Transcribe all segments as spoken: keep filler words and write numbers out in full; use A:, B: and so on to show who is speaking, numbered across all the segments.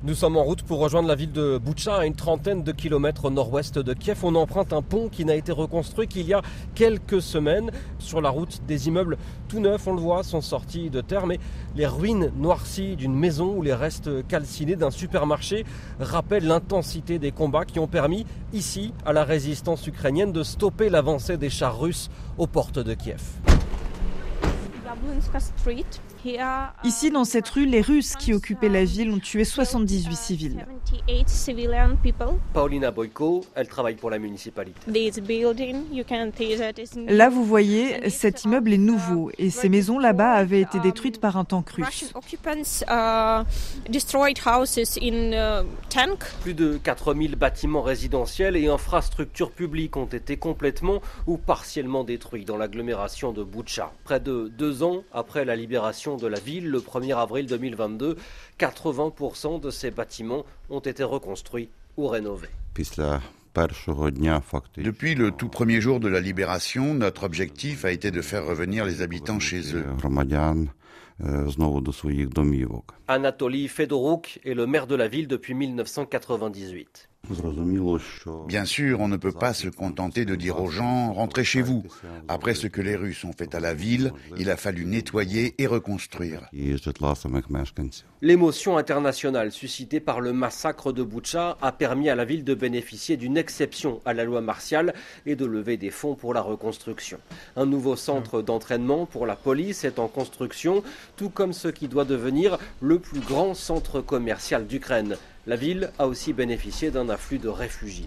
A: Nous sommes en route pour rejoindre la ville de Boutcha, à une trentaine de kilomètres au nord-ouest de Kiev. On emprunte un pont qui n'a été reconstruit qu'il y a quelques semaines. Sur la route, des immeubles tout neufs, on le voit, sont sortis de terre. Mais les ruines noircies d'une maison ou les restes calcinés d'un supermarché rappellent l'intensité des combats qui ont permis, ici, à la résistance ukrainienne, de stopper l'avancée des chars russes aux portes de Kiev.
B: Ici, dans cette rue, les Russes qui occupaient la ville ont tué soixante-dix-huit civils.
A: Paulina Boyko, elle travaille pour la municipalité.
B: Là, vous voyez, cet immeuble est nouveau et ces maisons là-bas avaient été détruites par un tank russe.
A: Plus de quatre mille bâtiments résidentiels et infrastructures publiques ont été complètement ou partiellement détruits dans l'agglomération de Boutcha. Près de deux ans après la libération de la ville, le premier avril deux mille vingt-deux, quatre-vingts pour cent de ces bâtiments ont été reconstruits ou rénovés.
C: Depuis le tout premier jour de la libération, notre objectif a été de faire revenir les habitants chez eux.
A: Anatoly Fedoruk est le maire de la ville depuis mille neuf cent quatre-vingt-dix-huit.
C: Bien sûr, on ne peut pas se contenter de dire aux gens « rentrez chez vous ». Après ce que les Russes ont fait à la ville, il a fallu nettoyer et reconstruire.
A: L'émotion internationale suscitée par le massacre de Boutcha a permis à la ville de bénéficier d'une exception à la loi martiale et de lever des fonds pour la reconstruction. Un nouveau centre d'entraînement pour la police est en construction, tout comme ce qui doit devenir le plus grand centre commercial d'Ukraine. La ville a aussi bénéficié d'un afflux de réfugiés.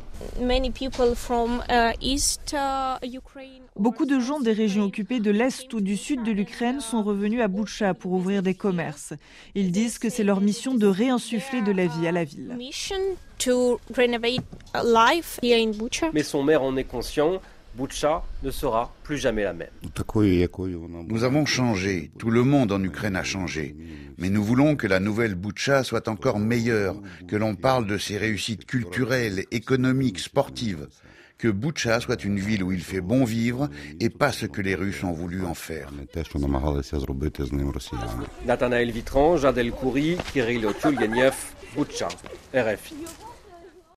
B: Beaucoup de gens des régions occupées de l'Est ou du Sud de l'Ukraine sont revenus à Boutcha pour ouvrir des commerces. Ils disent que c'est leur mission de réinsuffler de la vie à la ville.
A: Mais son maire en est conscient. Boutcha ne sera plus jamais la même.
C: Nous avons changé, tout le monde en Ukraine a changé. Mais nous voulons que la nouvelle Boutcha soit encore meilleure, que l'on parle de ses réussites culturelles, économiques, sportives. Que Boutcha soit une ville où il fait bon vivre et pas ce que les Russes ont voulu en faire.
A: Nathanaël Vitran, Jad El Khoury, Kirill Otyulganiev, Boutcha, R F I.